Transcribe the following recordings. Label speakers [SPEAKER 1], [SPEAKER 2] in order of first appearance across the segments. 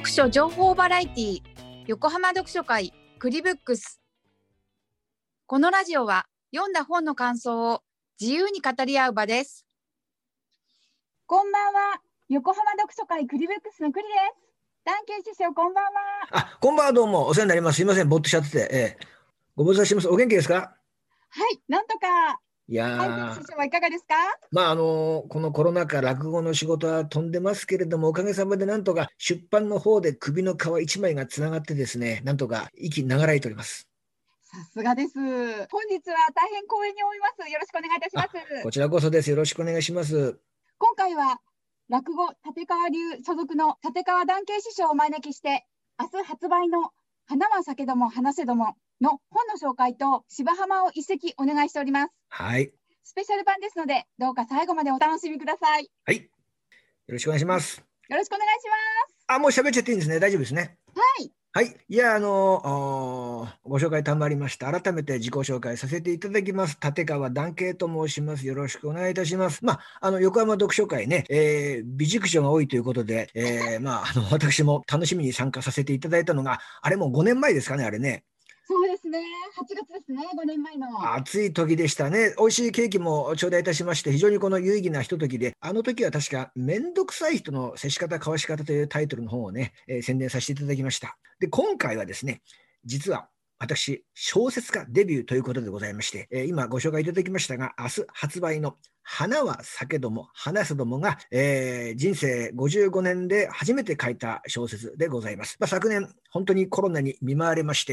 [SPEAKER 1] 読書情報バラエティ横浜読書会クリブックス。このラジオは読んだ本の感想を自由に語り合う場です。
[SPEAKER 2] こんばんは。横浜読書会クリブックスのクリです。ダンケン師匠、こんばんは。
[SPEAKER 3] こんばんは、どうもお世話になります。すいません、ぼーっとしちゃってて、ご無沙汰してます。お元気ですか？
[SPEAKER 2] はい、なんとか。
[SPEAKER 3] いや
[SPEAKER 2] ダンケン師匠はいかがですか？
[SPEAKER 3] このコロナ禍、落語の仕事は飛んでますけれども、おかげさまでなんとか出版の方で首の皮一枚がつながってですね、なんとか息長らえております。
[SPEAKER 2] さすがです。本日は大変光栄に思います。よろしくお願いいたします。
[SPEAKER 3] こちらこそです。よろしくお願いします。
[SPEAKER 2] 今回は落語立川流所属の立川談慶師匠をお招きして、明日発売の花は酒ども話せどもの本の紹介と芝浜を一席お願いしております。
[SPEAKER 3] はい。
[SPEAKER 2] スペシャル版ですので、どうか最後までお楽しみください。
[SPEAKER 3] はい。よろしくお願いします。
[SPEAKER 2] よろしくお願いします。
[SPEAKER 3] もう喋っちゃっていいんですね。大丈夫ですね。
[SPEAKER 2] はい。
[SPEAKER 3] はい。いや、ご紹介たまりました。改めて自己紹介させていただきます。立川談慶と申します。よろしくお願いいたします。横浜読書会ね、美熟女が多いということで、私も楽しみに参加させていただいたのが、あれもう5年前ですかね、あれね。
[SPEAKER 2] そうですね。8月ですね。5年前の。
[SPEAKER 3] 暑い時でしたね。美味しいケーキも頂戴いたしまして、非常にこの有意義なひとときで、あの時は確か、めんどくさい人の接し方、交わし方というタイトルの本をね、宣伝させていただきました。で、今回はですね、実は私、小説家デビューということでございまして、今ご紹介いただきましたが、明日発売の花は酒ども話すどもが、人生55年で初めて書いた小説でございます。昨年本当にコロナに見舞われまして、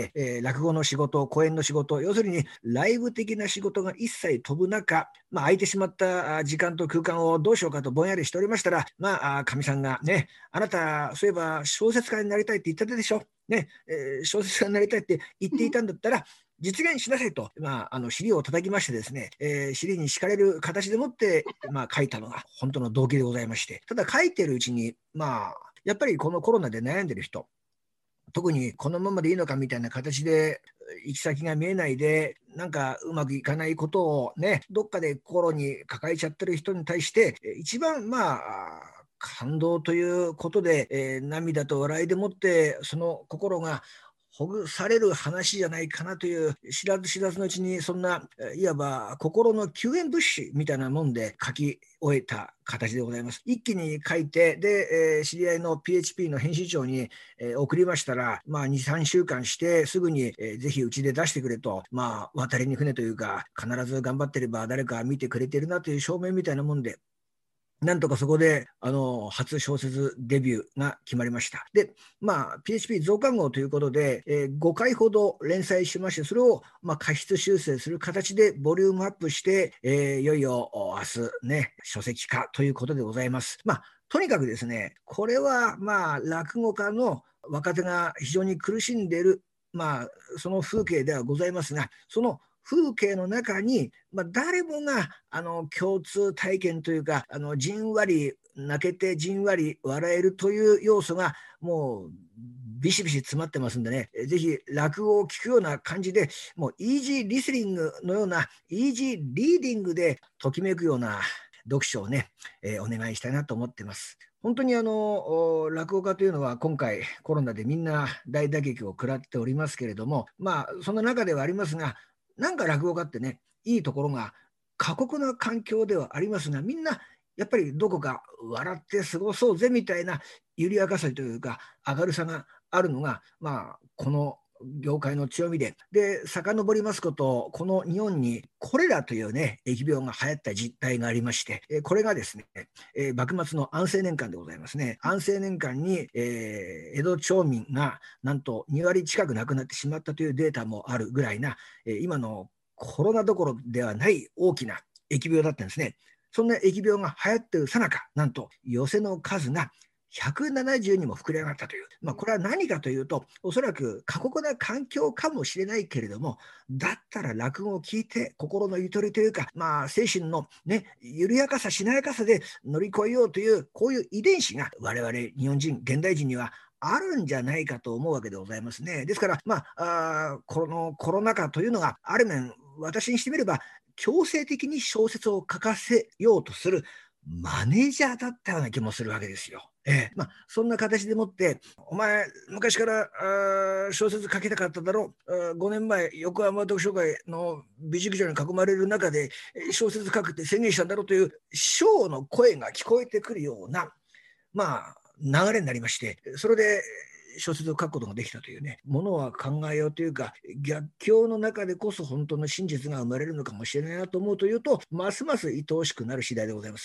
[SPEAKER 3] 落語の仕事、講演の仕事、要するにライブ的な仕事が一切飛ぶ中、空いてしまった時間と空間をどうしようかとぼんやりしておりましたら、かみさんがね、あなたそういえば小説家になりたいって言ってたでしょね、小説家になりたいって言っていたんだったら実現しなさいと、尻を叩きましてですね、尻に敷かれる形でもって、書いたのが本当の動機でございまして、ただ書いてるうちに、やっぱりこのコロナで悩んでる人、特にこのままでいいのかみたいな形で行き先が見えないで、なんかうまくいかないことをね、どっかで心に抱えちゃってる人に対して、一番感動ということで、涙と笑いでもってその心がほぐされる話じゃないかなという、知らず知らずのうちにそんないわば心の救援物資みたいなもんで書き終えた形でございます。一気に書いて、で、知り合いの PHP の編集長に、送りましたら、2、3週間してすぐに、ぜひうちで出してくれと、渡りに船というか、必ず頑張ってれば誰か見てくれてるなという証明みたいなもんで、なんとかそこで初小説デビューが決まりました。で、PHP 増刊号ということで、5回ほど連載しまして、それを過失修正する形でボリュームアップして、いよいよ明日ね、書籍化ということでございます。とにかくですね、これは落語家の若手が非常に苦しんでいる、その風景ではございますが、その風景の中に、誰もが共通体験というか、じんわり泣けてじんわり笑えるという要素がもうビシビシ詰まってますんでね、ぜひ落語を聞くような感じで、もうイージーリスニングのようなイージーリーディングでときめくような読書をね、お願いしたいなと思ってます。本当に落語家というのは今回コロナでみんな大打撃を食らっておりますけれども、その中ではありますが、なんか落語家ってね、いいところが過酷な環境ではありますが、みんなやっぱりどこか笑って過ごそうぜみたいな緩やかさというか明るさがあるのが、この業界の強みで、遡りますこと、この日本にコレラというね、疫病が流行った実態がありまして、これがですね、幕末の安政年間でございますね。安政年間に、江戸町民がなんと2割近く亡くなってしまったというデータもあるぐらいな、今のコロナどころではない大きな疫病だったんですね。そんな疫病が流行っているさなか、なんと寄席の数が170にも膨れ上がったという、これは何かというと、おそらく過酷な環境かもしれないけれども、だったら落語を聞いて心のゆとりというか、精神のね、緩やかさしなやかさで乗り越えようという、こういう遺伝子が我々日本人現代人にはあるんじゃないかと思うわけでございますね。ですから、このコロナ禍というのがある面、私にしてみれば強制的に小説を書かせようとするマネージャーだったような気もするわけですよ。 そんな形でもって、お前、昔から小説書きたかっただろう、5年前、横浜読書会の美術場に囲まれる中で、小説書くって宣言したんだろうという、賞の声が聞こえてくるような、流れになりまして、それで小説を書くことができたというね、ものは考えようというか、逆境の中でこそ本当の真実が生まれるのかもしれないなと思うというと、ますます愛おしくなる次第でございます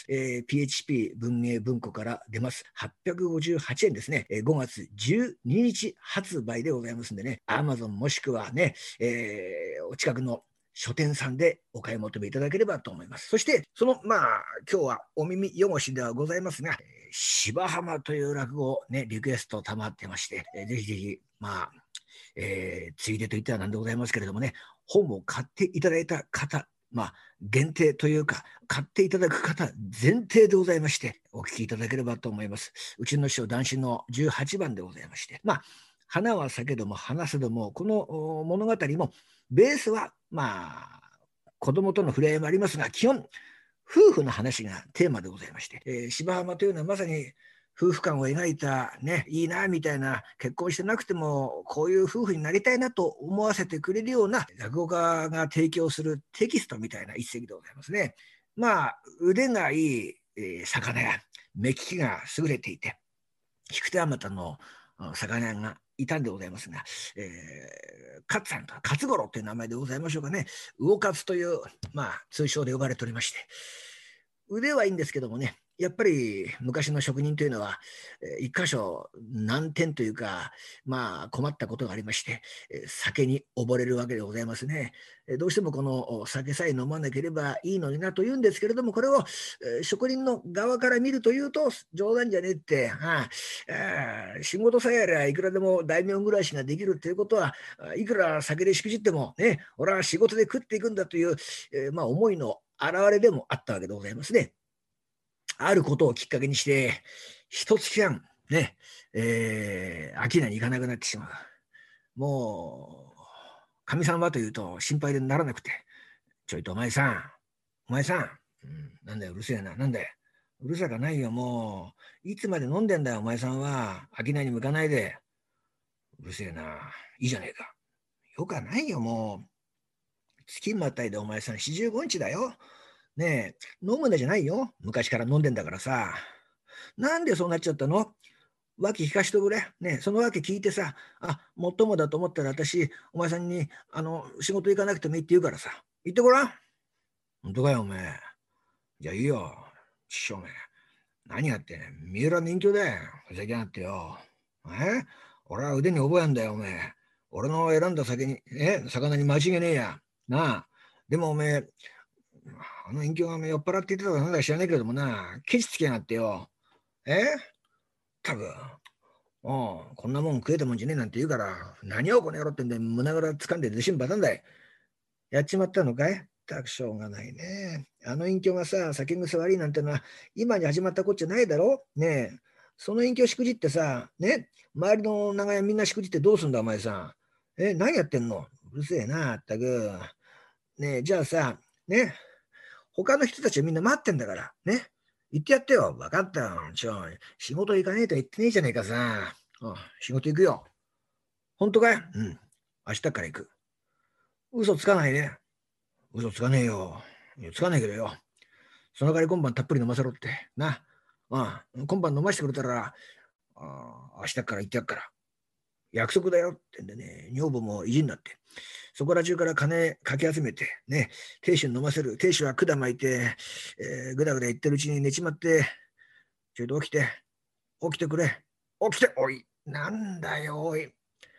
[SPEAKER 3] 。PHP 文芸文庫から出ます。858円ですね。5月12日発売でございますんでね、Amazon もしくはね、お近くの書店さんでお買い求めいただければと思います。そして、今日はお耳汚しではございますが、芝浜という落語ね、リクエストたまってまして、ぜひぜひ、ついでといってはなんでございますけれどもね、本を買っていただいた方、限定というか、買っていただく方、前提でございまして、お聞きいただければと思います。うちの師匠、談志の18番でございまして、花は咲けども花せども、この物語も、ベースは、子供との触れ合いもありますが、基本、夫婦の話がテーマでございまして、芝浜というのはまさに夫婦間を描いたね、いいなみたいな、結婚してなくてもこういう夫婦になりたいなと思わせてくれるような落語家が提供するテキストみたいな一席でございますね。腕がいい、魚や目利きが優れていて、引く手あまたの魚屋がいたんでございますが、勝さんと勝五郎という名前でございましょうかね、魚勝という、通称で呼ばれておりまして、腕はいいんですけどもね、やっぱり昔の職人というのは、一箇所難点というか、困ったことがありまして、酒に溺れるわけでございますね。どうしてもこの酒さえ飲まなければいいのになというんですけれども、これを職人の側から見るというと、冗談じゃねえって、仕事さえやりゃいくらでも大名暮らしができるということは、いくら酒でしくじってもね、俺は仕事で食っていくんだという、思いの表れでもあったわけでございますね。あることをきっかけにして、一月間ね、商いに行かなくなってしまう。もう、かみさんはというと心配でならなくて、ちょいとお前さん、なんだよ、うるせえな、なんだよ。うるさかないよ、もう。いつまで飲んでんだよ、お前さんは。商いに向かないで。うるせえな、いいじゃねえか。よかないよ、もう。月またいでお前さん、45日だよ。ねえ、飲むんだじゃないよ。昔から飲んでんだからさ。なんでそうなっちゃったの？訳聞かしとくれ。ねえ、その訳聞いてさ、もっともだと思ったら私、お前さんに、仕事行かなくてもいいって言うからさ。言ってごらん。本当かよ、お前。じゃあいいよ。師匠め。何やってんねん。三浦人形だよ。ふざけやがってよ。俺は腕に覚えんだよ、おめえ。俺の選んだ魚に間違いねえや。なあ。でもおめえ、あの隠居が酔っ払って言ってたかなんだか知らないけれどもな、ケチつけやがってよ。たく、こんなもん食えたもんじゃねえなんて言うから、何をこの野郎ってんで胸ぐら掴んでずしんばたんだい。やっちまったのかい？たくしょうがないね。あの隠居がさ、酒癖悪いなんてのは、今に始まったこっちゃないだろ？ねえ。その隠居しくじってさ、ね、周りの長屋みんなしくじってどうすんだ、お前さん。何やってんの？うるせえな、ったく。ねえ、じゃあさ、ね、他の人たちはみんな待ってんだから、ね。言ってやってよ。分かったよ。仕事行かねえと言ってねえじゃねえかさ。仕事行くよ。本当かい？うん。明日から行く。嘘つかないね。嘘つかねえよ。つかないけどよ。その代わり今晩たっぷり飲ませろって。な。今晩飲ましてくれたら、明日から行ってやっから。約束だよってんでね、女房も意地になって。そこら中から金かき集めて、ね、亭主に飲ませる。亭主は管巻いて、ぐだぐだ言ってるうちに寝ちまって、ちょいと起きてくれ。起きて、おい。なんだよ、おい。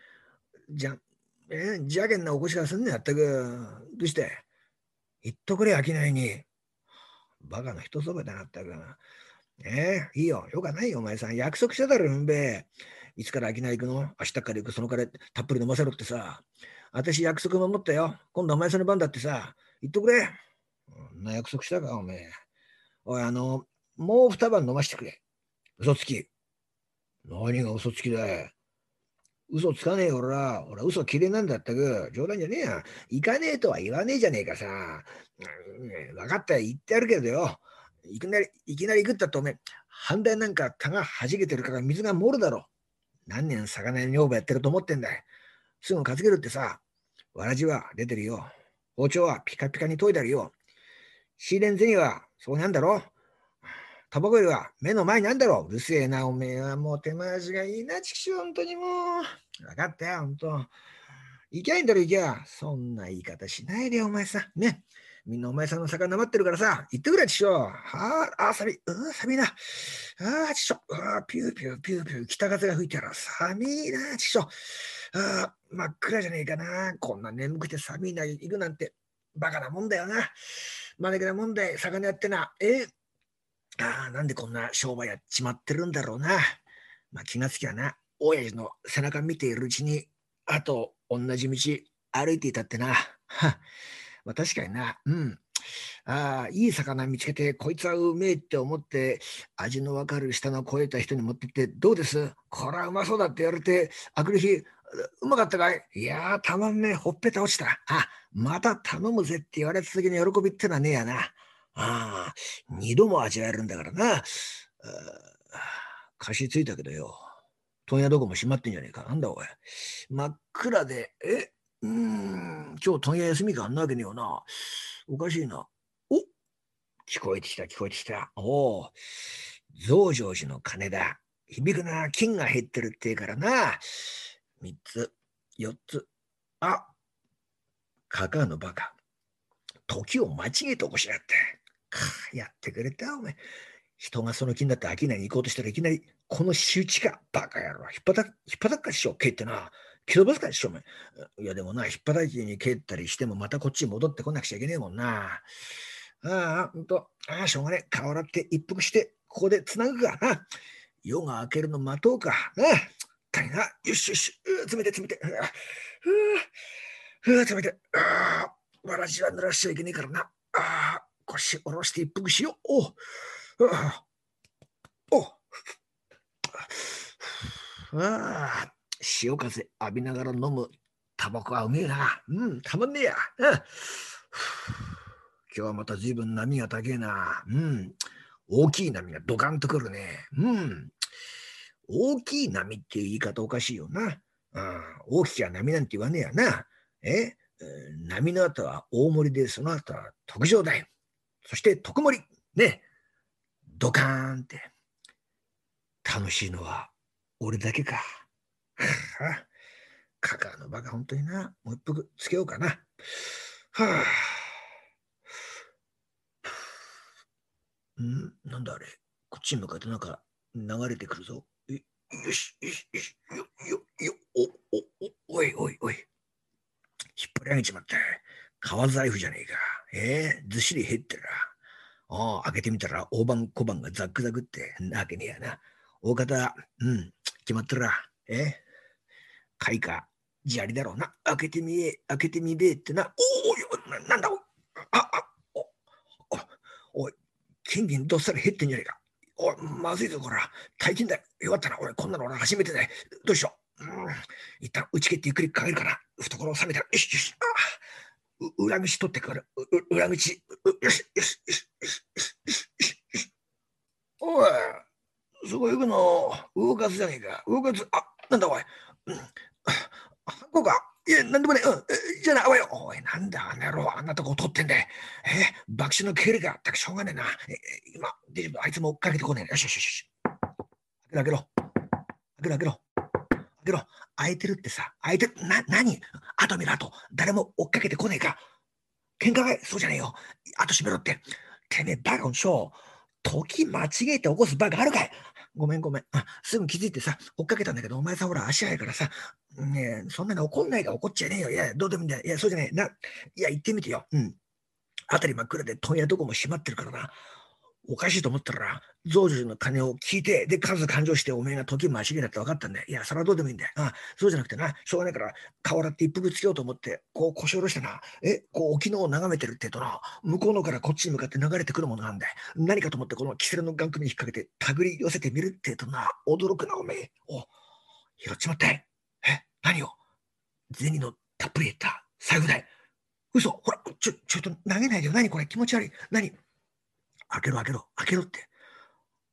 [SPEAKER 3] 邪険なおこしがすんねやったく。どうして？言っとくれ、商いに。バカな人そばだなったく。いいよ。よかないよ、お前さん。約束してたろ、んべ。いつから商い行くの？明日から行く。そのからたっぷり飲ませろってさ。私約束守ったよ。今度お前さんの番だってさ。言っとくれ。そんな約束したか、おめえ。おい、もう二晩飲ましてくれ。嘘つき。何が嘘つきだよ。嘘つかねえよ、俺は嘘きれいなんだったく。冗談じゃねえや。行かねえとは言わねえじゃねえかさ。分かったよ、言ってやるけどよ。いきなり行くったっておめえ、 半台なんか田が弾けてるから水が漏るだろう。何年魚屋女房やってると思ってんだい。すぐ担げるってさ。わらじは出てるよ。包丁はピカピカに研いであるよ。仕入れん銭はそうなんだろう。タバコよりは目の前にあんだろう。うるせえな、おめえはもう手回しがいいな、ちくしょう、本当にもう。分かったよ、本当。行きゃいいんだろ、行きゃ。そんな言い方しないでよ、お前さ。ね。みんなお前さんの魚待ってるからさ、行ってくれ、ちくしょう。はあ、寒い。寒いな。ああ、ちくしょう。ピューピューピューピュー。北風が吹いてる。寒いな、ちくしょう。真っ暗じゃねえかな。こんな眠くて寒いな、行くなんて。バカなもんだよな。招きなもんで魚やってな。なんでこんな商売やっちまってるんだろうな。まあ気がつきゃな、親父の背中見ているうちに、あと同じ道歩いていたってな。まあ確かにな、いい魚見つけて、こいつはうめえって思って、味のわかる舌の肥えた人に持ってって、どうですこれはうまそうだって言われて、あくる日、うまかったかいいやー、たまんねえ、ほっぺた落ちた。また頼むぜって言われた時の喜びってのはねえやな。二度も味わえるんだからな。貸しついたけどよ。問屋どこも閉まってんじゃねえか。なんだおい。真っ暗で、今日問屋休みかあんなわけねえよな。おかしいな。お、聞こえてきた、聞こえてきた。おお、増上寺の鐘だ。響くな、金が減ってるってからな。3つ、4つ。カカアのバカ。時を間違えて起こしやがって。やってくれた、お前。人がその気になって商いに行こうとしたらいきなり、この仕打ちか、バカ野郎。引っ張たっかししょ、蹴ってな。蹴飛ばすかししょ、お前。いや、でもな、引っ張たきに蹴ったりしても、またこっちに戻ってこなくちゃいけねえもんな。しょうがねえ。顔洗って一服して、ここでつなぐかな。夜が明けるの待とうか。たいな。よしよし。冷て冷て。冷て。わらじは濡らしちゃいけねえからな。腰下ろして一服しよう。潮風浴びながら飲むタバコはうめえな。たまんねえや。今日はまた随分波が高えな。大きい波がドカンとくるね。大きい波っていう言い方おかしいよな。大きな波なんて言わねえやな。波の後は大盛りで、その後は特上だよ。そして特盛り。ね。ドカーンって。楽しいのは俺だけか。カカアのバカ、本当にな。もう一服つけようかな。なんだあれ。こっちに向かってなんか流れてくるぞ。よし、おい。引っ張り上げちまった。革財布じゃねえか。ずっしり減ってるな。開けてみたら大判小判がザックザクってなわけねえやな。大方、決まってるな。貝か砂利だろうな。開けてみべえってな。なんだおい、金銀どっさり減ってんじゃねえか。まずいぞ、こら。大金だよ。よかったな。こんなの俺初めてだよ。どうしよう。一旦打ち切ってゆっくりかけるから。懐を収めたら。よし。裏口取ってくる。裏口。よし。おい、そこ行くの、動かすじゃねえか。なんだおい。ハンコか。いや、なんでもねじゃあな、おい、なんだ、あの野郎、あんなとこ取ってんだよ。爆死の経理か。しょうがねえな。今、大丈夫、あいつも追っかけてこねえな。よし。開けろ。開いてるってさ、開いてる。何後見ろ、後。誰も追っかけてこねえか。喧嘩がそうじゃねえよ。後閉めろって。てめえ、バカのしょう。時間違えて起こすバカあるかい。ごめん。すぐ気づいてさ、追っかけたんだけど、お前さ、ほら、足早いからさ、ねえ、そんなに怒んないから怒っちゃねえよ。いや、どうでもいいんだよ。いや、そうじゃねえ。いや、行ってみてよ。辺り真っ暗で問屋どこも閉まってるからな。おかしいと思ったら、増上寺の金を聞いて、で、数勘定して、おめえが時間違えだって分かったんだよ。いや、それはどうでもいいんだよ。そうじゃなくてな、しょうがないから、顔洗って一服つけようと思って、こう腰下ろしてな、沖のを眺めてるってとな、向こうのからこっちに向かって流れてくるものなんだよ。何かと思って、このキセルのガン首に引っ掛けて、手繰り寄せてみるってとな、驚くな、おめえ。拾っちまったい。何を銭のたっぷり減った財布だい。嘘、ほら、ちょっと投げないでよ。何これ、気持ち悪い。何開けろって。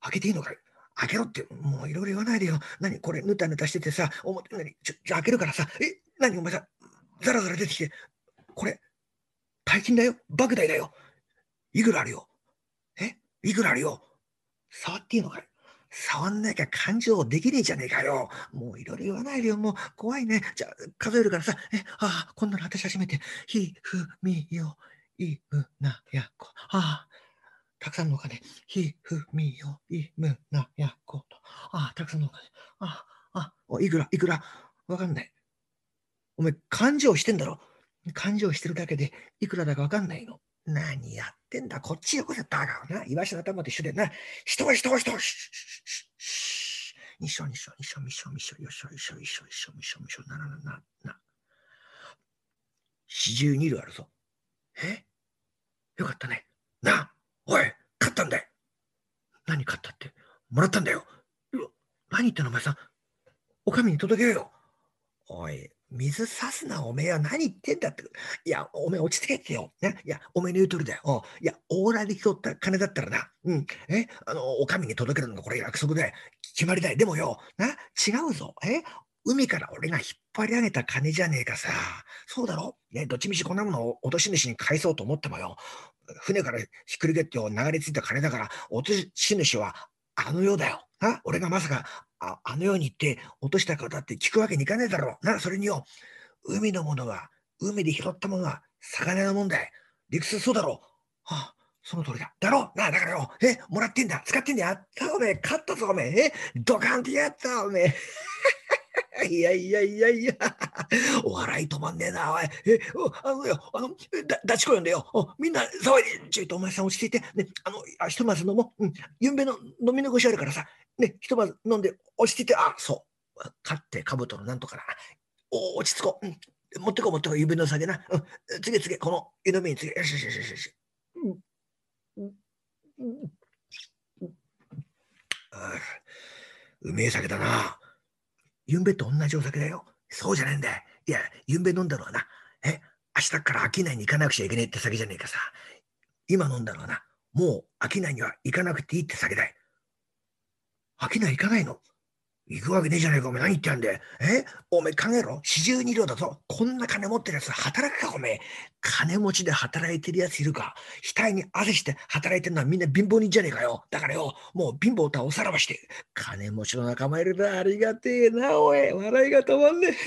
[SPEAKER 3] 開けていいのかい？開けろって、もういろいろ言わないでよ。何これ、ぬたぬたしててさ、じゃあ開けるからさ、何お前さ、ザラザラ出てきて、これ、大金だよ。莫大だよ。いくらあるよ。いくらあるよ。触っていいのかい？触んなきゃ感情できねえじゃねえかよ。もういろいろ言わないでよ。もう怖いね。じゃあ、数えるからさ。こんなの私初めて。ひ、ふ、み、よ、い、む、な、や、こ。たくさんのお金。ひ、ふ、み、よ、い、む、な、や、こと。たくさんのお金。いくら、いくら。わかんない。お前、勘定してんだろ。勘定してるだけで、いくらだかわかんないの。何やってんだ。こっちよこせ、バカをな。イワシの頭と一緒でな。人は人は人は。にしょにしょにしょみしょみしょよしょよしょよしょよしょみしょみしょななななな。42両あるぞ。よかったね。おい、勝ったんだよ。何勝ったって。もらったんだよ。何言ってんのお前さん。お上に届けようよ。おい、水さすな、おめえは何言ってんだって。いや、おめえ落ち着けてよ。ね、いや、おめえの言う通りだよ。いや、オーラで拾った金だったらな。お上に届けるのがこれ約束で、決まりだよ。でもよ、違うぞ。海から俺が引っ張り上げた金じゃねえかさ。そうだろ？ね、どっちみちこんなものを落とし主に返そうと思ってもよ。船からひっくり返って流れ着いた金だから、落とし主はあの世だよ。俺がまさか、あの世に行って落とした方って聞くわけにいかねえだろう。それによ、海のものは、海で拾ったものは魚のもんだい。理屈そうだろう。その通りだ。だろだからよ、もらってんだ。使ってんだ。やったおめえ。勝ったぞおめえ。ドカンってやったおめえ。いやいやいやいや、お笑い止まんねえな、おい。ダチコ呼んでよ。みんな騒いで、ちょいとお前さん落ち着いて、ね、ひとまず飲もう。ゆんべの飲み残しあるからさ、ね、ひとまず飲んで落ち着いて、そう。勝って兜のなんとかな。落ち着こう。持ってこう、ゆんべの酒な。次、この湯飲みに次。よしよしよしよし。うめえ酒だな。ゆんべと同じお酒だよ。そうじゃねえんだよ。いや、ゆんべ飲んだのはな、明日から商いに行かなくちゃいけねえって酒じゃねえかさ。今飲んだのはな、もう商いには行かなくていいって酒だい。商い行かないの？行くわけねえじゃねえか、お前何言ってんだよ。お前考えろ。42両だぞ。こんな金持ってるやつ働くか、お前。金持ちで働いてるやついるか。額に汗して働いてるのはみんな貧乏人じゃねえかよ。だからよ、もう貧乏とはおさらばして。金持ちの仲間いるな。ありがてえな、おい。笑いが止まんねえ。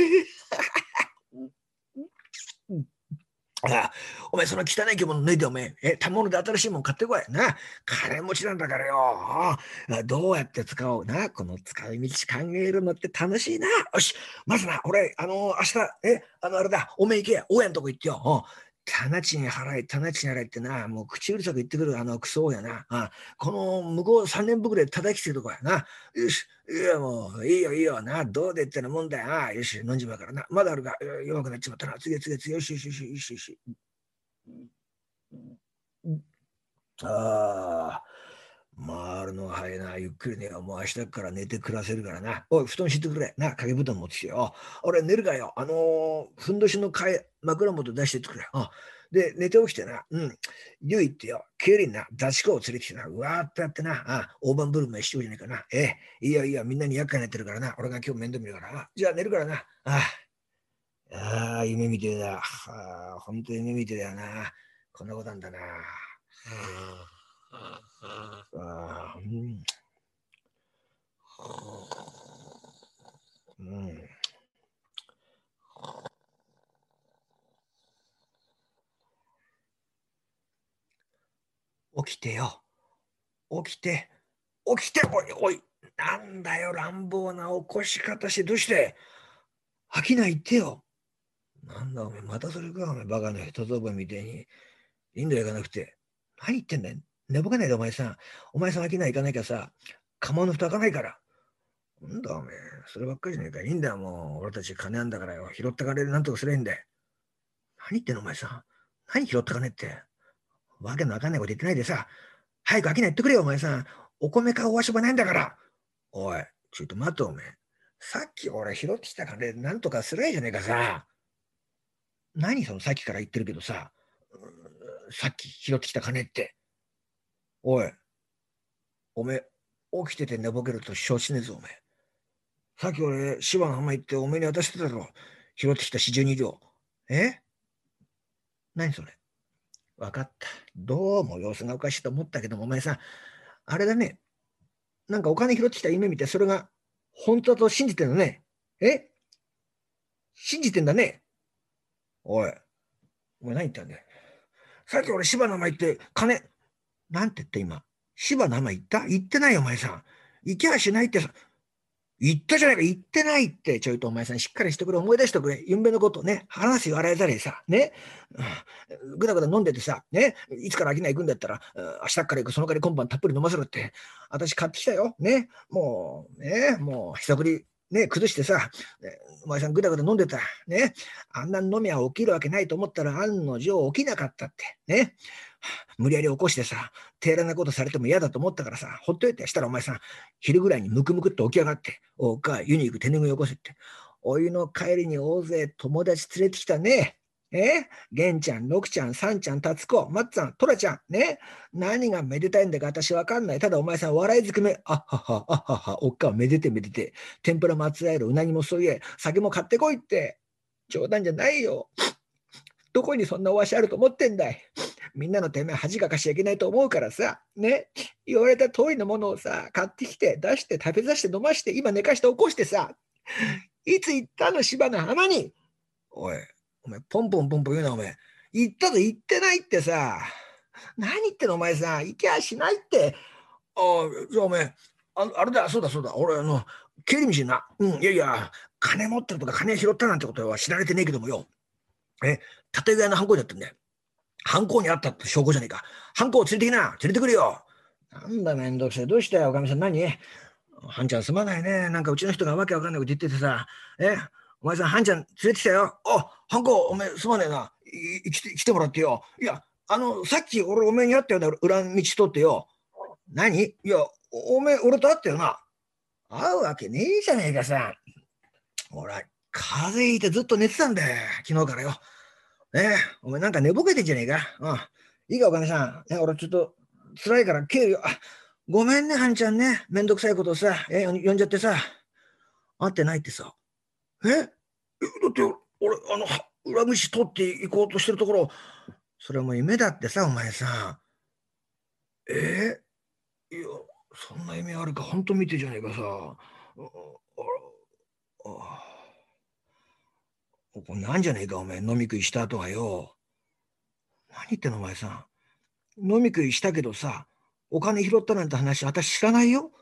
[SPEAKER 3] お前その汚い着物脱いでおめえ、た物で新しいもん買ってこいな。金持ちなんだからよ。どうやって使おうな。この使い道考えるのって楽しいな。よし、まずな、俺、明日、あれだ、おめえ行けや、大家のとこ行ってよ。棚賃払い、棚賃払いってな、もう口うるさく言ってくるクソ親な。この向こう3年ぶくで叩きつけるとこやな。よし、いやもう、いいよな、どうでってなもんだよ。よし、飲んじまうからな。まだあるか、弱くなっちまったな。次、よし。回るの早いな、ゆっくりねよ。もう明日から寝て暮らせるからな。おい、布団敷いてくれ。掛け布団持ってきてよ。俺寝るからよ。ふんどしの枕元出してってくれ。で、寝て起きてな、ゆいってよ、経理にな、ダチコを連れてきてな、うわーってやってな、大盤振る舞いしておじゃねえかな。いいよ、みんなに厄介になってるからな。俺が今日面倒見るから。じゃあ寝るからな。夢見てるだ。本当に夢見てるよな。こんなことなんだな。起きてよ。起きて、おい。なんだよ、乱暴な起こし方して、どうして商い行ってよ。なんだおめえ、またそれか、お前、バカな人ぞばみてえに。いいんだよ、行かなくて。何言ってんだよ。寝ぼけないで、お前さん。お前さん商い行かなきゃさ、釜の蓋開かないから。なんだおめえ、そればっかりじゃねえか。いいんだよ、もう。俺たち金あんだからよ。拾った金でなんとかすりゃいいんだよ。何言ってんの、お前さん。何拾った金って。わけのわかんないこと言ってないでさ、早く商い行ってくれよ、お前さん。お米買うおわしもないんだから。おい、ちょっと待って、おめえ。さっき俺拾ってきた金でなんとかすりゃいいじゃねえかさ。何そのさっきから言ってるけどさ、さっき拾ってきた金って。おい、おめえ、 起きてて寝ぼけると承知ねえぞ、おめえ。さっき俺、芝の浜行っておめえに渡してただろ。拾ってきた42両。何それ。わかった。どうも様子がおかしいと思ったけども、お前さ、あれだね。なんかお金拾ってきた夢見て、それが本当だと信じてんのね。信じてんだね。おい、お前何言ったんだよ。さっき俺芝の浜行って、金、なんて言った今。芝の浜行った行ってないよ、お前さん。行きゃしないってさ。言ったじゃないか、言ってないって、ちょいとお前さんしっかりしてくれ、思い出してくれ、ゆんべのことね、話す笑いざりさ、ね、ぐだぐだ飲んでてさ、ね、いつから商い行くんだったら、明日から行く、その代わり今晩たっぷり飲ませろって、私買ってきたよ、ね、もう、ひさぶり、ね、崩してさ、お前さんぐだぐだ飲んでた、ね、あんな飲みは起きるわけないと思ったら、案の定起きなかったって、ね、無理やり起こしてさ、手荒なことされても嫌だと思ったからさ、ほっといてしたらお前さん、昼ぐらいにムクムクって起き上がって、おうか、湯に行く手拭い起こせって。お湯の帰りに大勢友達連れてきたね。玄ちゃん、六ちゃん、三ちゃん、達子、松さん、トラちゃん、ね。何がめでたいんだか私わかんない。ただお前さん笑いずくめ。あっはは、あっはは、おっかめでてめでて。天ぷらもあつらえる、うなぎもそういえ、酒も買ってこいって。冗談じゃないよ。どこにそんなおわしあると思ってんだい。みんなのてめえ恥かかしちゃいけないと思うからさ、ね、言われた通りのものをさ、買ってきて、出して、食べさせて、飲まして、今寝かして起こしてさ、いつ行ったの、芝の浜に。おい、お前、ポンポンポンポン言うな、お前。行ったぞ、行ってないってさ。何言ってんの、お前さ。行きゃしないって。じゃあお前、あれだ、そうだ、そうだ。俺、経理道な。いやいや、金持ってるとか金拾ったなんてことは知られてねえけどもよ。建具屋の犯行だったんだよ。犯行にあったって証拠じゃねえか。犯行を連れてきな。連れてくるよ。なんだめんどくせえ。どうしたよ、おかみさん。何半ちゃんすまないね。なんかうちの人がわけわかんないこと言っててさ。お前さん、半ちゃん連れてきたよ。半行、お前すまねえな。来てもらってよ。いや、さっき俺お前に会ったような裏道通ってよ。何いや、お前俺と会ったよな。会うわけねえじゃねえかさ。ほら、風邪ひいてずっと寝てたんだよ。昨日からよ。お前なんか寝ぼけてんじゃねえか。いいか、おかみさん。俺ちょっと辛いから帰るよ。ごめんね、はんちゃんね。めんどくさいことをさ、呼んじゃってさ。会ってないってさ。だって俺、裏道通って行こうとしてるところ、それはもう夢だってさ、お前さ。いや、そんな夢あるか、ほんと見てじゃねえかさ。ここなんじゃねえか、お前。飲み食いした後はよ。何言ってんの、お前さ。飲み食いしたけどさ、お金拾ったなんて話、私知らないよ。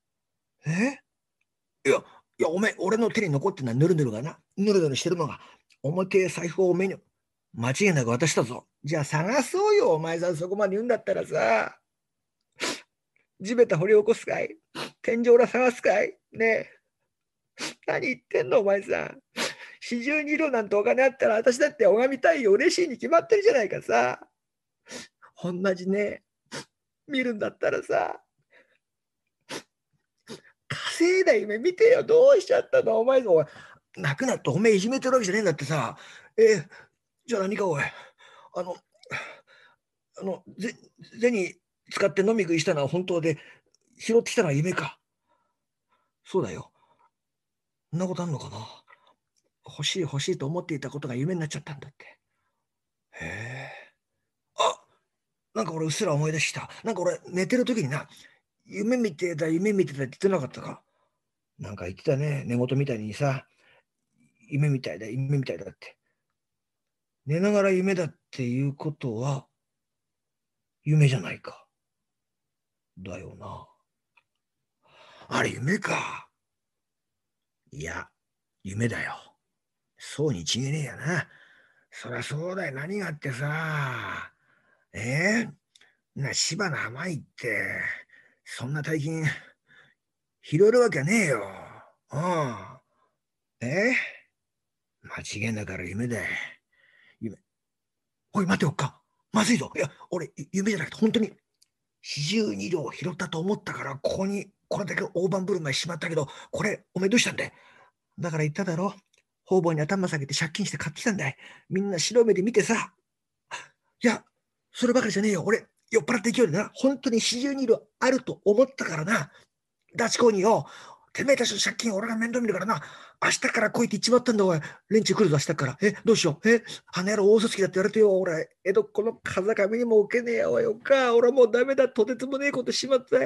[SPEAKER 3] いや、お前、俺の手に残ってんのはぬるぬるがな。ぬるぬるしてるのが。表財布をお目に、間違いなく渡したぞ。じゃあ探そうよ、お前さんそこまで言うんだったらさ。地べた掘り起こすかい？天井裏探すかい？ねえ。何言ってんの、お前さん。42両なんてお金あったら私だって拝みたいよ。嬉しいに決まってるじゃないかさ。同じね、見るんだったらさ、稼いだ夢見てよ。どうしちゃったのお前も。泣くなってお前いじめてるわけじゃねえんだってさ。じゃあ何かおい。銭使って飲み食いしたのは本当で、拾ってきたのは夢か。そうだよ。そんなことあんのかな。欲しい欲しいと思っていたことが夢になっちゃったんだって。へえ。なんか俺うっすら思い出した。なんか俺寝てる時にな、夢見てた夢見てたって言ってなかったか。なんか言ってたね。寝言みたいにさ、夢みたいだ夢みたいだって。寝ながら夢だっていうことは夢じゃないか。だよな。あれ夢か。いや、夢だよ。そうに違えねえやな。そりゃそうだよ。何があってさ。芝の浜行って、そんな大金、拾えるわけねえよ。間違いなから夢だ。夢。おい、待ておっか。まずいぞ。いや、俺、夢じゃなくて、本当に、42両拾ったと思ったから、ここに、これだけ大盤振る舞いしまったけど、これ、お前どうしたんだい？だから言っただろ。方々に頭下げて借金して買ってきたんだい。みんな白目で見てさ。いや、そればかりじゃねえよ。俺、酔っ払って勢いでな、本当に42両あると思ったからな。 ダチ公によ、てめえたちの借金俺が面倒見るからな。明日から来いって言っちまったんだ、おい。連中来るぞ、明日から。どうしよう。あの野郎大嘘つきだって言われてよ、俺。江戸っ子の風上にも置けねえよ、おい、おか。俺はもうダメだ、とてつもねえことしまった。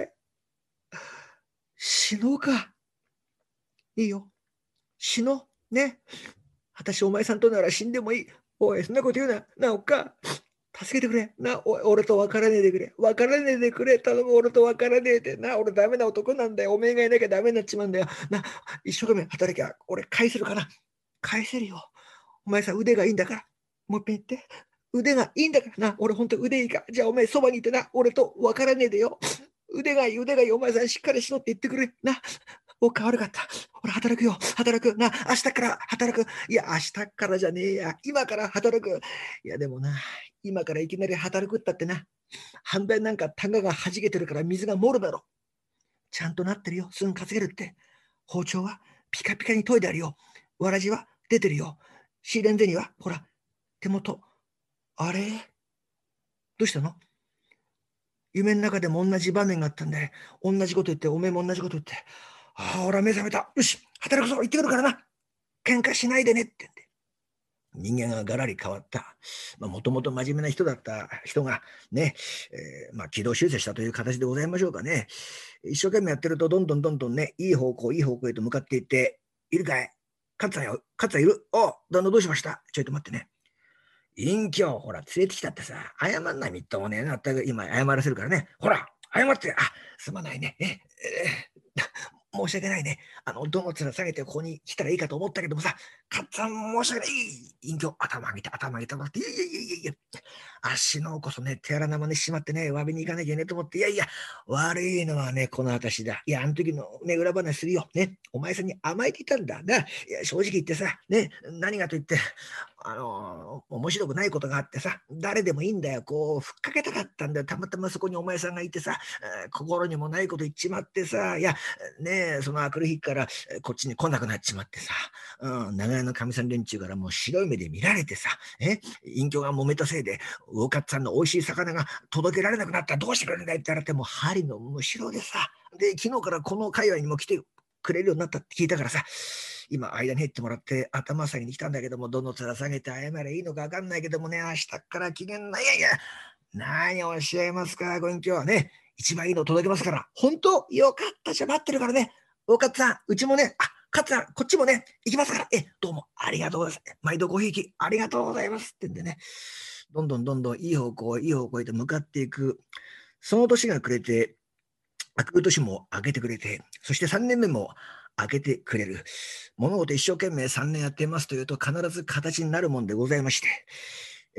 [SPEAKER 3] 死のうか。いいよ。死のう。ね。私、お前さんとなら死んでもいい。おい、そんなこと言うな。な、おっか。助けてくれ。な、おい、俺と別れねえでくれ。別れねえでくれ。頼む、俺と別れねえで。な、俺ダメな男なんだよ。おめえがいなきゃダメになっちまうんだよ。な、一生懸命働きゃ、俺返せるかな。返せるよ。お前さん腕がいいんだから。もう一遍言って。腕がいいんだからな。俺ほんと腕いいか。じゃあお前そばにいてな。俺と別れねえでよ。腕がいい、腕がいい。お前さんしっかりしろって言ってくれ。な。おっか悪かった。俺働くよ。働く。な。明日から働く。いや、明日からじゃねえや。今から働く。いや、でもな。今からいきなり働くったってな。半分なんかタガが弾けてるから水が漏るだろ。ちゃんとなってるよ。すぐ稼げるって。包丁はピカピカに研いであるよ。わらじは出てるよ。シーレン銭はほら、手元。あれどうしたの？夢の中でも同じ場面があったんで、同じこと言って、おめえも同じこと言って、ああ、俺は目覚めた。よし、働くぞ、行ってくるからな。喧嘩しないでねって言って。人間ががらり変わった。もともと真面目な人だった人がね、軌道修正したという形でございましょうかね。一生懸命やってると、どんどんね、いい方向へと向かっていって、いるかい？勝さんよ、勝さんいる？お、旦那どうしました？ちょいと待ってね。隠居、ほら、連れてきたってさ、謝んないみっともねえな。全く今謝らせるからね。ほら、謝って、すまないね。申し訳ないね。どの面下げてここに来たらいいかと思ったけどもさ、かっつぁん申し訳ない。隠居、頭上げて、頭上げてもらって、いやいやいやいやいや、足のこそね、手荒な真似しちまってね、詫びに行かなきゃいけないと思って、いやいや、悪いのはね、この私だ。いや、あの時のね、裏話するよ。ね、お前さんに甘えていたんだな。いや、正直言ってさ、ね、何がと言って、面白くないことがあってさ、誰でもいいんだよ。こう、ふっかけたかったんだよ。たまたまそこにお前さんがいてさ、心にもないこと言っちまってさ、いや、ねえ、その明くる日からこっちに来なくなっちまってさ、長屋のかみさん連中からもう白い目で見られてさ、隠居が揉めたせいで、魚勝さんの美味しい魚が届けられなくなったらどうしてくれるんだいって言われて、もう針のむしろでさ、で、昨日からこの界隈にも来てくれるようになったって聞いたからさ、今、間に入ってもらって頭下げに来たんだけども、どの面下げて謝れいいのか分かんないけどもね、明日から機嫌ない。いやいや、何をおっしゃいますか、ご隠居はね、一番いいの届けますから、本当よかったじゃ待ってるからね。おかつさん、うちもね、かつさん、こっちもね、行きますから、どうもありがとうございます。毎度ごひいきありがとうございますってんでね、どんどんいい方向へと向かっていく。その年が暮れて、明くる年も明けてくれて、そして3年目も明けてくれる。物事一生懸命3年やっていますというと必ず形になるもんでございまして、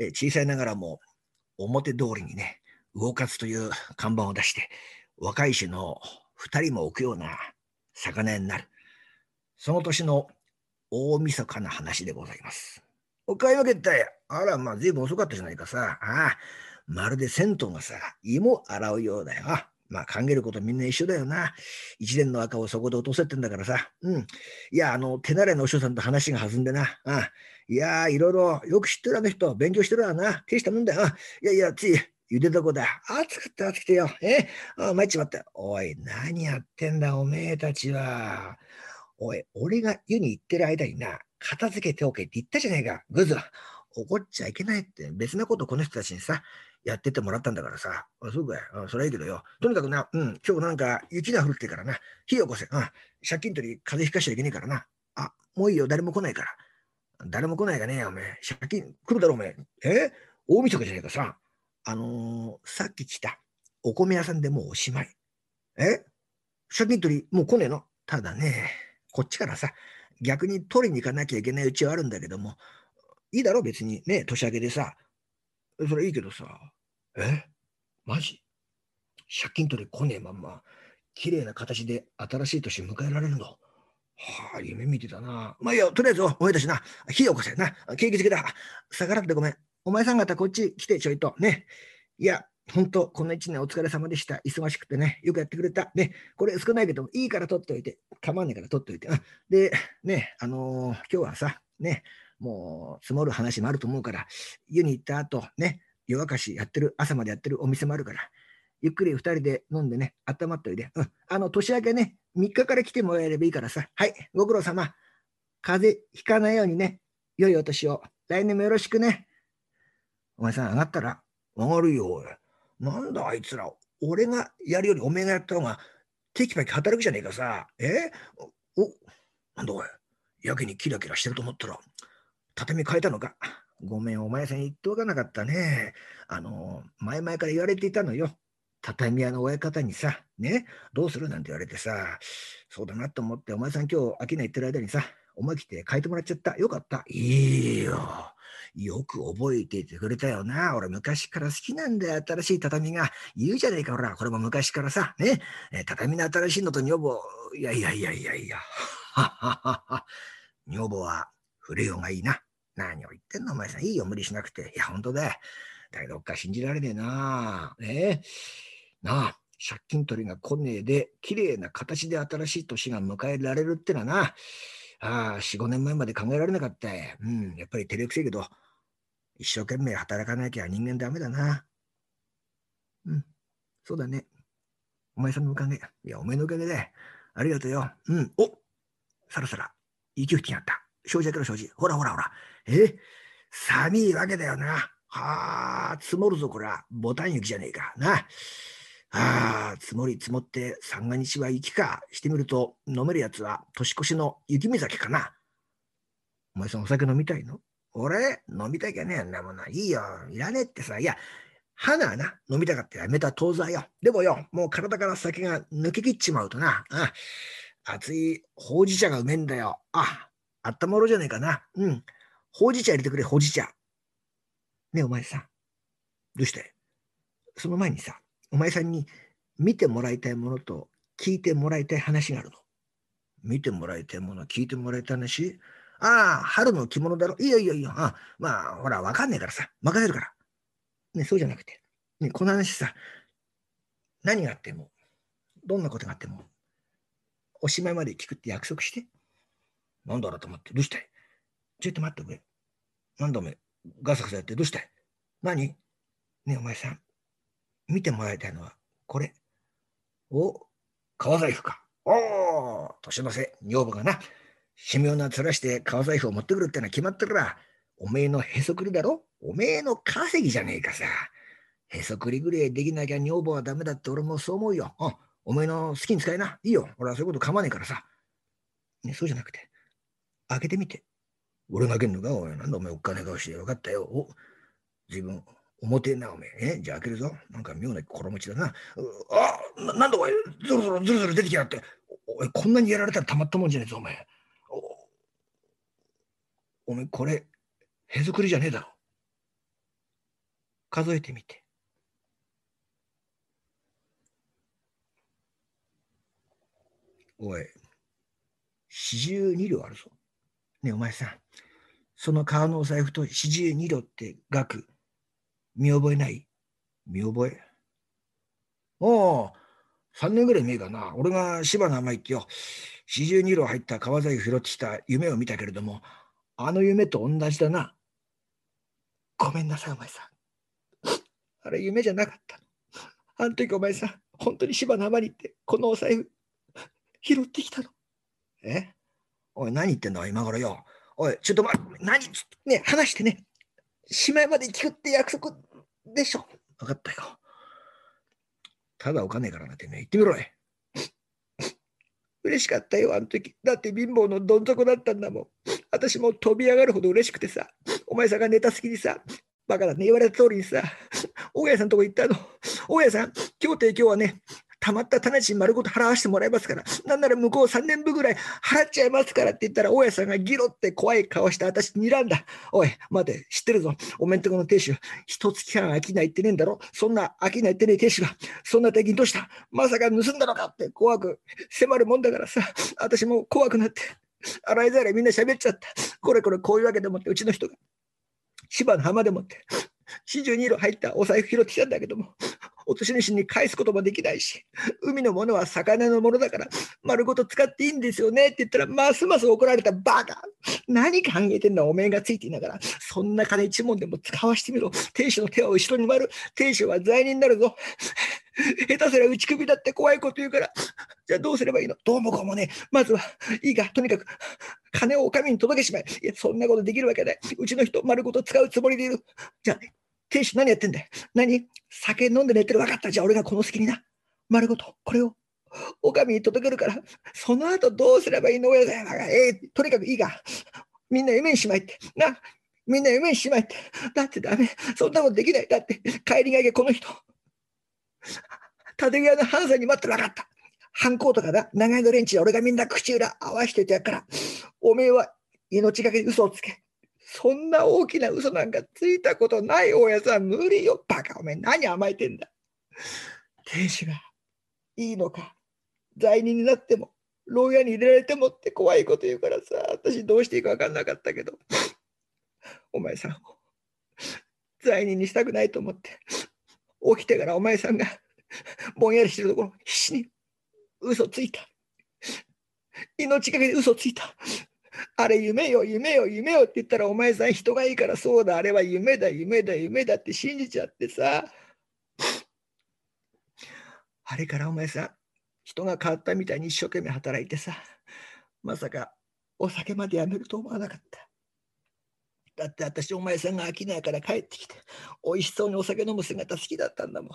[SPEAKER 3] 小さいながらも表通りにね、魚勝という看板を出して、若い衆の2人も置くような魚屋になる。その年の大晦日の話でございます。お買い上げったい。あら、まあ、随分遅かったじゃないかさ。まるで銭湯がさ、芋洗うようだよ。まあ、考えることみんな一緒だよな。一年の赤をそこで落とせってんだからさ。いや、手慣れのお師匠さんと話が弾んでな。いや、いろいろよく知ってるあの人、勉強してるわな。手したもんだよ。いやいや、つい、ゆで床だ。暑くて暑くてよ。参っちまった。おい、何やってんだ、おめえたちは。おい、俺が湯に行ってる間にな、片付けておけって言ったじゃねえか。グズ。怒っちゃいけないって、別なことこの人たちにさ、やってってもらったんだからさ。そうかよ。それはいいけどよ。とにかくな、今日なんか雪が降ってからな、火起こせ。借金取り風邪ひかしちゃいけねえからな。もういいよ。誰も来ないから。誰も来ないがねえよ、おめえ。借金来るだろ、おめえ。大晦日じゃねえかさ。さっき来たお米屋さんでもうおしまい。借金取りもう来ねえの？ただね、こっちからさ、逆に取りに行かなきゃいけないうちはあるんだけども、いいだろ別にね、年明けでさ。それいいけどさ、マジ？借金取り来ねえまんま、綺麗な形で新しい年迎えられるの？夢見てたな。まあいいよ、とりあえずお前たちな、火起こせな。景気づけだ。逆らってごめん。お前さん方こっち来てちょいと。ね。いや、ほんと、この1年お疲れ様でした。忙しくてね、よくやってくれた。ね、これ少ないけど、いいから取っておいて。構わねえから取っておいて。で、ね、今日はさ、ね、もう積もる話もあると思うから、湯に行った後、ね、夜明かしやってる、朝までやってるお店もあるから、 ゆっくり2人で飲んでね、温まっておいで。年明けね、3日から来てもらえればいいからさ。はい、ご苦労様。風邪ひかないようにね、良いお年を。来年もよろしくね。お前さん、上がったら？上がるよ。なんだあいつら。俺がやるよりおめえがやった方が、テキパキ働くじゃねえかさ。なんだおい。やけにキラキラしてると思ったら、畳変えたのか。ごめん、お前さん言っておかなかったね。前々から言われていたのよ。畳屋の親方にさ、ね、どうするなんて言われてさ、そうだなと思って、お前さん今日、商い行ってる間にさ、思い切って変えてもらっちゃった。よかった。いいよ。よく覚えていてくれたよな。俺昔から好きなんだよ。新しい畳が。言うじゃねえか、ほら。これも昔からさ。ね。畳の新しいのと女房。いや。はははは。女房は古い方がいいな。何を言ってんのお前さん。いいよ、無理しなくて。いや、本当だよ。だけど、おっか信じられねえな。なあ、借金取りが来ねえで、綺麗な形で新しい年が迎えられるってのはな。4、5年前まで考えられなかったよ。やっぱり照れくせえけど、一生懸命働かなきゃ人間ダメだな。そうだね。お前さんのおかげ。いや、お前のおかげで。ありがとうよ。さらさら、息吹きになった。障子開けろ、障子。ほら。寒いわけだよな。積もるぞ、これは。ボタン雪じゃねえか。な。積もり積もって三が日は雪か。してみると、飲めるやつは年越しの雪見酒かな。お前さんお酒飲みたいの？俺飲みたいきゃねえんなもんな。いいよ。いらねえってさ。いや、花はな、飲みたかったらやめた当然よ。でもよ、もう体から酒が抜けきっちまうとな。熱いほうじ茶がうめえんだよ。あったまろうじゃねえかな。ほうじ茶入れてくれ、ほうじ茶。ねえ、お前さん。どうして？その前にさ、お前さんに見てもらいたいものと聞いてもらいたい話があるの。見てもらいたいもの、聞いてもらいたい話？春の着物だろ。いいよ。ほら、わかんねえからさ、任せるから。ね、そうじゃなくて。ね、この話さ、何があっても、どんなことがあっても、おしまいまで聞くって約束して。なんだろうと思って、どうしたい？ちょっと待ってくれ。なんだおめえ、ガサガサやってどうしたい？何？ねえ、お前さん、見てもらいたいのは、これ。革財布か。年の瀬、女房がな、神妙な面して革財布を持ってくるってのは決まってるら、おめえのへそくりだろ？おめえの稼ぎじゃねえかさ。へそくりぐらいできなきゃ女房はダメだって俺もそう思うよ。おめえの好きに使いな。いいよ。俺はそういうこと構わねえからさ。ね、そうじゃなくて、開けてみて。俺が開けんのか？おい、なんだおめえおっかねえ顔して。分かったよ。自分、重てえな、おめえ。じゃあ開けるぞ。なんか妙な心持ちだな。なんだおい、ずるずる出てきやがって。おい、こんなにやられたらたまったもんじゃねえぞ、お前。お前、これ、へそくりじゃねえだろ。数えてみて。おい、42両あるぞ。ねえ、お前さん、その革のお財布と42両って額、見覚えない？見覚え？3年ぐらい前かな。俺が芝の甘いってよ、42両入った革財布拾ってきた夢を見たけれども、あの夢と同じだな。ごめんなさい、お前さん。あれ夢じゃなかったの。あの時お前さん、本当に芝の甘に行って、このお財布、拾ってきたの。おい、何言ってんだ、今頃よ。おい、ちょっと待って、ね、話してね。しまいまで聞くって約束でしょ。分かったよ。ただお金からなってね、言ってみろい。嬉しかったよ、あの時。だって貧乏のどん底だったんだもん。私も飛び上がるほど嬉しくてさ、お前さんがネタ好きにさ、バカだね、言われた通りにさ、大家さんとこ行ったの。大家さん、今日はね、たまった種賃丸ごと払わせてもらいますから、なんなら向こう3年分ぐらい払っちゃいますからって言ったら、大家さんがギロって怖い顔して私に睨んだ。おい、待て、知ってるぞ。おめんとこの亭主、一月間商い行ってねえんだろ。そんな商い行ってねえ亭主が、そんな時にどうした？まさか盗んだのかって怖く迫るもんだからさ、私も怖くなって、洗いざらいみんな喋っちゃった。これこういうわけでもって、うちの人が、芝の浜でもって、42両入ったお財布拾ってきたんだけども、 落とし主に返すこともできないし、海のものは魚のものだから丸ごと使っていいんですよねって言ったら、ますます怒られた。バカ、何考えてんだおめえがついていながら、そんな金一文でも使わしてみろ。亭主の手は後ろに回る。亭主は罪人になるぞ。下手すりゃ打ち首だって怖いこと言うから、じゃあどうすればいいの。どうもこうもね、まずはいいか、とにかく金をお上に届けしまえ。いや、そんなことできるわけない。うちの人丸ごと使うつもりでいる。じゃあ亭主何やってんだよ。何、酒飲んで寝てる。分かった。じゃあ俺がこの隙にな、丸ごとこれをお上に届けるから、その後どうすればいいの。親さん、とにかくいいか、みんな夢にしまいってな、みんな夢にしまいって。だってダメ、そんなことできない。だって帰りがけこの人建具屋のハンさんに待ってなかった。反抗とかな、長いのレンチで俺がみんな口裏合わしといてやっから、おめえは命がけで嘘をつけ。そんな大きな嘘なんかついたことない大家さん、無理よ。バカ、おめえ何甘えてんだ。亭主がいいのか、罪人になっても牢屋に入れられてもって怖いこと言うからさ、私どうしていいか分かんなかったけど、お前さんを罪人にしたくないと思って、起きてからお前さんがぼんやりしてるところ必死に嘘ついた。命がけで嘘ついた。あれ夢よ夢よ夢よって言ったら、お前さん人がいいから、そうだあれは夢だ夢だ夢だって信じちゃってさ、あれからお前さん人が変わったみたいに一生懸命働いてさ、まさかお酒までやめると思わなかった。だって私お前さんが商いから帰ってきておいしそうにお酒飲む姿好きだったんだもん。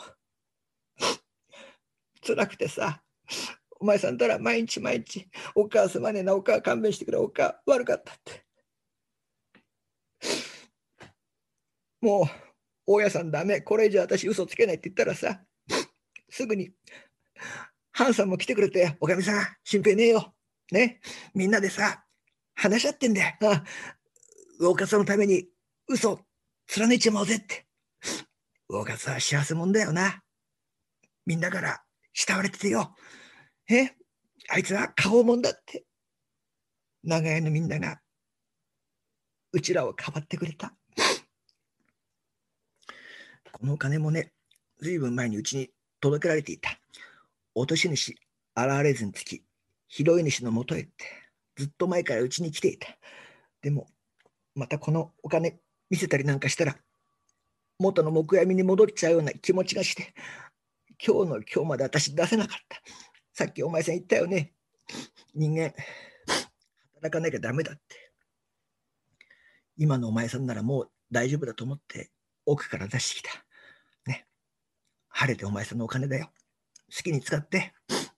[SPEAKER 3] 辛くてさ、お前さんたら毎日毎日、お母すまねえな、お母勘弁してくれ、お母悪かったって。もう大家さんダメ、これ以上私嘘つけないって言ったらさ、すぐにハンさんも来てくれて、おかみさん心配ねえよね、みんなでさ話し合ってんだよ。魚勝さんのために嘘貫いちまおうぜって。魚勝さんは幸せもんだよな。みんなから慕われててよ。あいつは顔もんだって。長屋のみんながうちらをかばってくれた。このお金もね、ずいぶん前にうちに届けられていた。落とし主現れずにつき、拾い主のもとへってずっと前からうちに来ていた。でもまたこのお金見せたりなんかしたら元の木闇に戻っちゃうような気持ちがして、今日の今日まで私出せなかった。さっきお前さん言ったよね、人間働かなきゃダメだって。今のお前さんならもう大丈夫だと思って奥から出してきたね。晴れてお前さんのお金だよ、好きに使って。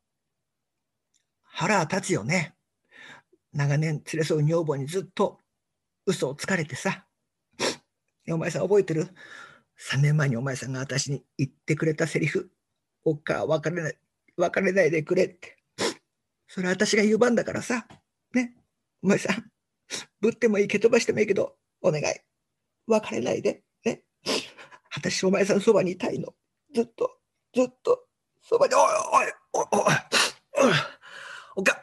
[SPEAKER 3] 腹は立つよね。長年連れ添う女房にずっと嘘をつかれてさ。お前さん覚えてる？ 3 年前にお前さんが私に言ってくれたセリフ、おっか別れないでくれって。それは私が言う番だからさね。お前さんぶってもいい、蹴飛ばしてもいいけどお願い別れないでね。私お前さんそばにいたいの。ずっとそばに。おいおいおいおいおっか、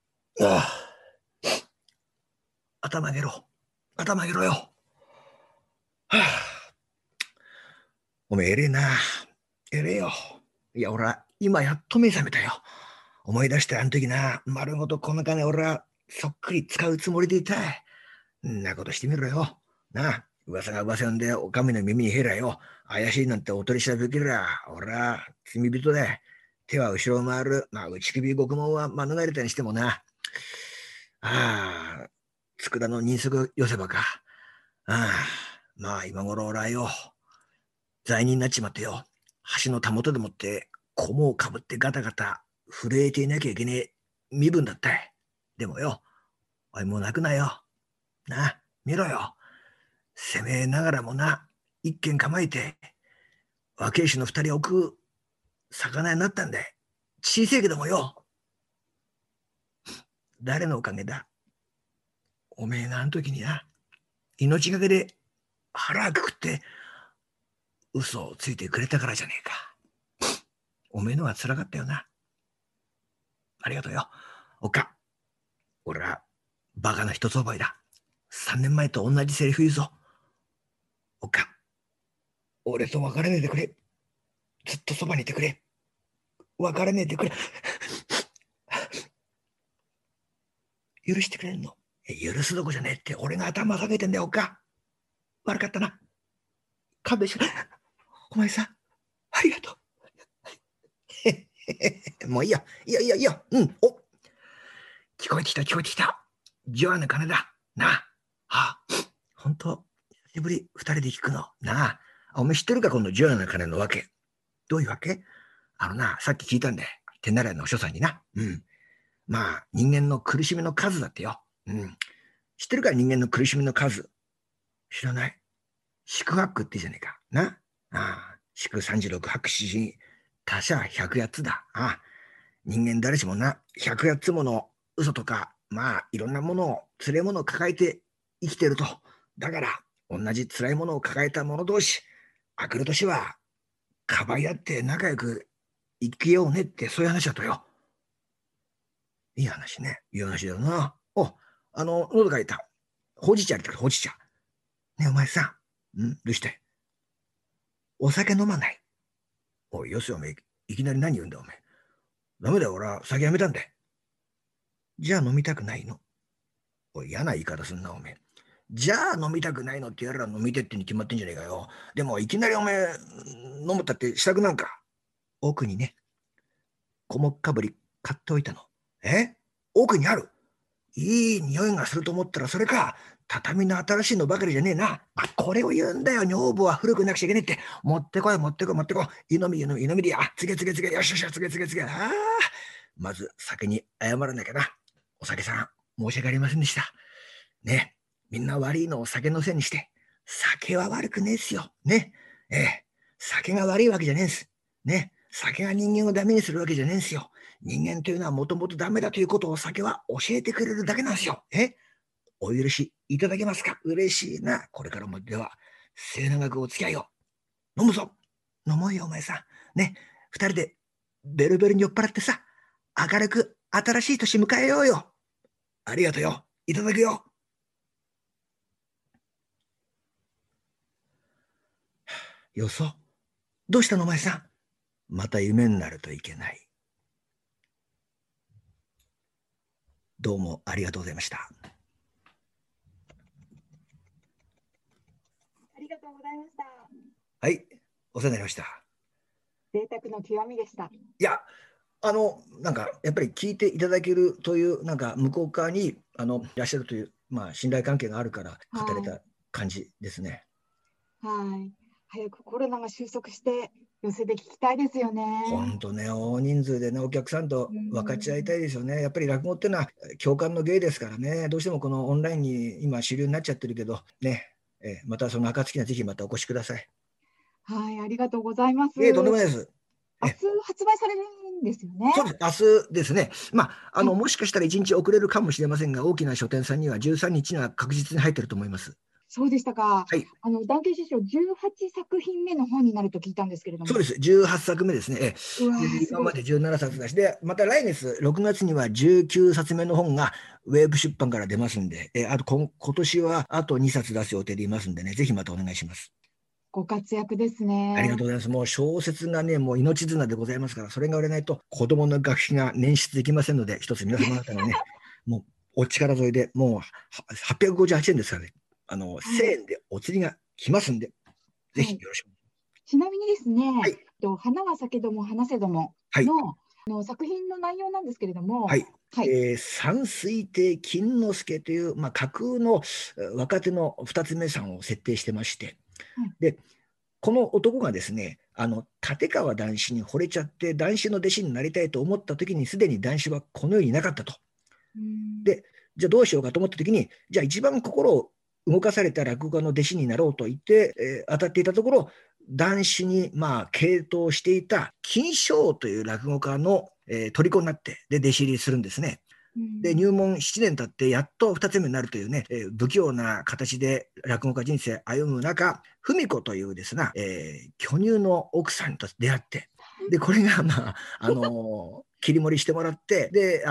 [SPEAKER 3] 頭上げろよ。はあ、おめえ偉えな、偉えよ。いや俺は今やっと目覚めたよ。思い出してあの時な、丸ごとこの金俺はそっくり使うつもりでいたい。んなことしてみろよなあ。噂が噂呼んでお上の耳に入らよ、怪しいなんてお取り調べ受けりゃ俺は罪人で、手は後ろを回る。まあ内首獄門は免れたにしてもな。佃の人足寄せばか。まあ今頃俺はよ、罪人になっちまってよ、橋のたもとでもって菰をかぶってガタガタ震えていなきゃいけねえ身分だったい。でもよ、おいもう泣くなよな。見ろよ、攻めながらもな、一軒構えて若い衆の2人置く魚になったんだい。小せえけどもよ、誰のおかげだ。おめえがあの時にな、命がけで腹くくって嘘をついてくれたからじゃねえか。おめえのはつらかったよな。ありがとうよおっか。俺はバカの一つ覚えだ。3年前と同じセリフ言うぞ。おっか、俺と別れねえでくれ。 ずっとそばにいてくれ。別れねえでくれ。許してくれんの？許すどこじゃねえって、俺が頭下げてんだよ、おっか。悪かったな。勘弁して。お前さん、ありがとう。もういいよ。いいよ、いいよ、いいよ。うん。お、聞こえてきた、聞こえてきた。ジョアの鐘だ。なあ。あ、本当久しぶり、二人で聞くの。なあ。お前知ってるか、このジョアの鐘のわけ。どういうわけ？さっき聞いたんで、手習いのお師匠さんにな。うん。まあ、人間の苦しみの数だってよ。うん。知ってるか、人間の苦しみの数。知らない。四苦八苦ってじゃねえか。な。四苦36八苦四十他者108つだ。人間誰しもな、108つもの嘘とか、まあ、いろんなものを、辛いものを抱えて生きてると。だから、同じ辛いものを抱えた者同士、明くる年は、かばい合って仲良く生きようねって、そういう話だとよ。いい話ね。いい話だよな。喉乾いた。ほうじ茶あるから、ほうじ茶。ねえ、お前さん。どうして？お酒飲まない？おい、よしおめえ、いきなり何言うんだ、おめえ。ダメだよ、俺は酒やめたんだよ。じゃあ飲みたくないの？おい、嫌な言い方すんな、おめえ。じゃあ飲みたくないのってやら飲みてってに決まってんじゃねえかよ。でも、いきなりおめえ、飲むったってしたくなんか。奥にね、こもっかぶり買っておいたの。奥にある？いい匂いがすると思ったら、それか。畳の新しいのばかりじゃねえな。これを言うんだよ。女房は古くなくちゃいけねえって。持ってこい、持ってこい、持ってこい。湯飲み、湯飲み、湯飲みでや。つげつげつげ。よしよしよし、つげつげつげ。まず酒に謝らなきゃな。お酒さん、申し訳ありませんでした。ね。みんな悪いのを酒のせいにして。酒は悪くねえっすよ。ね。酒が悪いわけじゃねえんす。ね。酒が人間をダメにするわけじゃねえんすよ。人間というのはもともとダメだということを酒は教えてくれるだけなんですよ。お許しいただけますか？嬉しいな。これからもでは、末永くお付き合いを。飲むぞ。飲もうよ、お前さん。ね。二人でベルベルに酔っ払ってさ、明るく新しい年迎えようよ。ありがとうよ。いただくよ。よそ。どうしたの、お前さん。また夢になるといけない。どうもありがとうございました。
[SPEAKER 2] ありがとうございました。
[SPEAKER 3] はい、お世話になりました。
[SPEAKER 2] 贅沢の極みでした。
[SPEAKER 3] いや、なんかやっぱり聞いていただけるという、なんか向こう側にいらっしゃるという、まあ、信頼関係があるから語れた感じですね。
[SPEAKER 2] はい。早くコロナが収束して寄せで聞きたいですよね。
[SPEAKER 3] 本当ね、大人数でね、お客さんと分かち合いたいですよね。やっぱり落語っていうのは共感の芸ですからね、どうしてもこのオンラインに今主流になっちゃってるけど、ね、またその暁にはぜひまたお越しください。
[SPEAKER 2] はい、ありがとうございます。
[SPEAKER 3] とんでもないです。
[SPEAKER 2] 明日発売されるんですよね。
[SPEAKER 3] そうです。明日ですね。まあ、もしかしたら1日遅れるかもしれませんが、大きな書店さんには13日には確実に入ってると思います。
[SPEAKER 2] そうでしたか。
[SPEAKER 3] はい。
[SPEAKER 2] 男系師匠18作品目の本になると聞いたんですけれども。
[SPEAKER 3] そうです。18作目ですね。今まで17冊出しで、また来月6月には19冊目の本がウェブ出版から出ますんで、あと今年はあと2冊出す予定でいますんでね、ぜひまたお願いします。
[SPEAKER 2] ご活躍ですね。
[SPEAKER 3] ありがとうございます。もう小説がね、もう命綱でございますから、それが売れないと子供の学費が捻出できませんので、一つ皆様方のね、もうお力添えで、もう858円ですからね、1000円でお釣りが来ますんで、ぜひよろしく。
[SPEAKER 2] ちなみにですね、花は酒ども話せどもの、作品の内容なんですけれども、
[SPEAKER 3] 山水亭金之助という、架空の若手の二つ目さんを設定してまして、でこの男がですね、立川談志に惚れちゃって、談志の弟子になりたいと思った時に、すでに談志はこの世にいなかったと。で、じゃあどうしようかと思った時に、じゃあ一番心を動かされた落語家の弟子になろうと言って、当たっていたところ、談志に傾倒していた金正という落語家の、虜になって、で弟子入りするんですね。で入門7年経ってやっと2つ目になるというね、不器用な形で落語家人生歩む中、文子というですね、巨乳の奥さんと出会って、 でこれが切り盛りしてもらって、で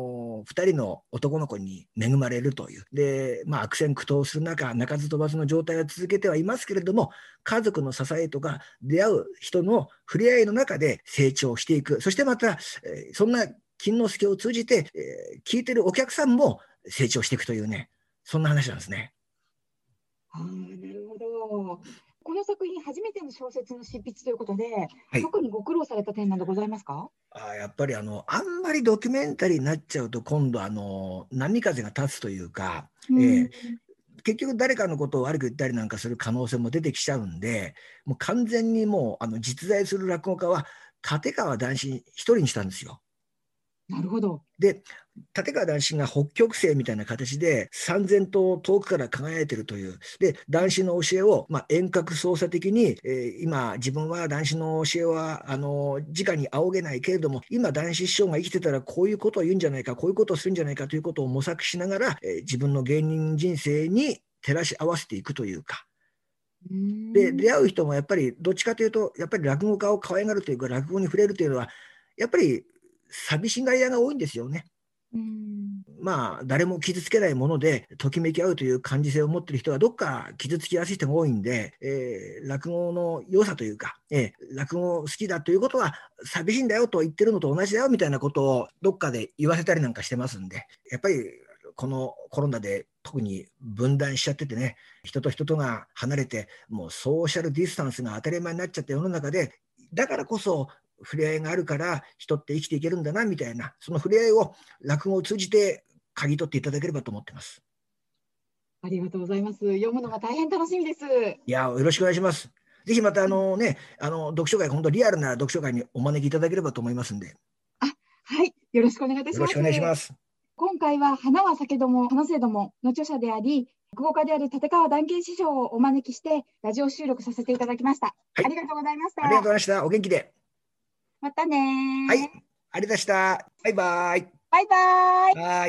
[SPEAKER 3] 2人の男の子に恵まれるというで、悪戦苦闘する中、鳴かず飛ばずの状態は続けてはいますけれども、家族の支えとか出会う人の触れ合いの中で成長していく。そしてまた、そんな金之助を通じて、聞いてるお客さんも成長していくというね、そんな話なんですね。
[SPEAKER 2] なるほど。この作品、初めての小説の執筆ということで、
[SPEAKER 3] はい、
[SPEAKER 2] 特にご苦労された点などございますか？
[SPEAKER 3] やっぱりあんまりドキュメンタリーになっちゃうと、今度波風が立つというか、結局誰かのことを悪く言ったりなんかする可能性も出てきちゃうんで、もう完全にもう実在する落語家は立川談志一人にしたんですよ。
[SPEAKER 2] なるほど。
[SPEAKER 3] で、立川談志が北極星みたいな形で三千と遠くから輝いているという。で、談志の教えを、遠隔操作的に、今、自分は談志の教えは直に仰げないけれども、今、談志師匠が生きてたらこういうことを言うんじゃないか、こういうことをするんじゃないかということを模索しながら、自分の芸人人生に照らし合わせていくというか。で、出会う人もやっぱりどっちかというと、やっぱり落語家を可愛がるというか、落語に触れるというのは、やっぱり寂しがり屋が多いんですよね。誰も傷つけないものでときめき合うという感受性を持っている人はどっか傷つきやすい人が多いんで、落語の良さというか、落語好きだということは寂しいんだよと言ってるのと同じだよみたいなことをどっかで言わせたりなんかしてますんで、やっぱりこのコロナで特に分断しちゃっててね、人と人とが離れて、もうソーシャルディスタンスが当たり前になっちゃった世の中で、だからこそ触れ合いがあるから人って生きていけるんだなみたいな、その触れ合いを落語を通じて嗅ぎ取っていただければと思ってます。
[SPEAKER 2] ありがとうございます。読むのが大変楽しみです。
[SPEAKER 3] いや、よろしくお願いします。ぜひまた読書会、本当リアルな読書会にお招きいただければと思いますんで。
[SPEAKER 2] はい、よろしくお願いいたします。
[SPEAKER 3] よろしくお願いします。
[SPEAKER 2] 今回は花は酒ども話せどもの著者であり、落語家である立川談慶師匠をお招きしてラジオ収録させていただきました。
[SPEAKER 3] はい、
[SPEAKER 2] ありがとうございました。
[SPEAKER 3] ありがとうございました。お元気で。
[SPEAKER 2] またね。
[SPEAKER 3] はい、ありがとうございました。バイバイ。
[SPEAKER 2] バイバイ。
[SPEAKER 3] はい。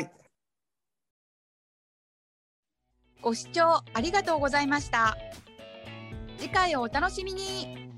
[SPEAKER 1] ご視聴ありがとうございました。次回をお楽しみに。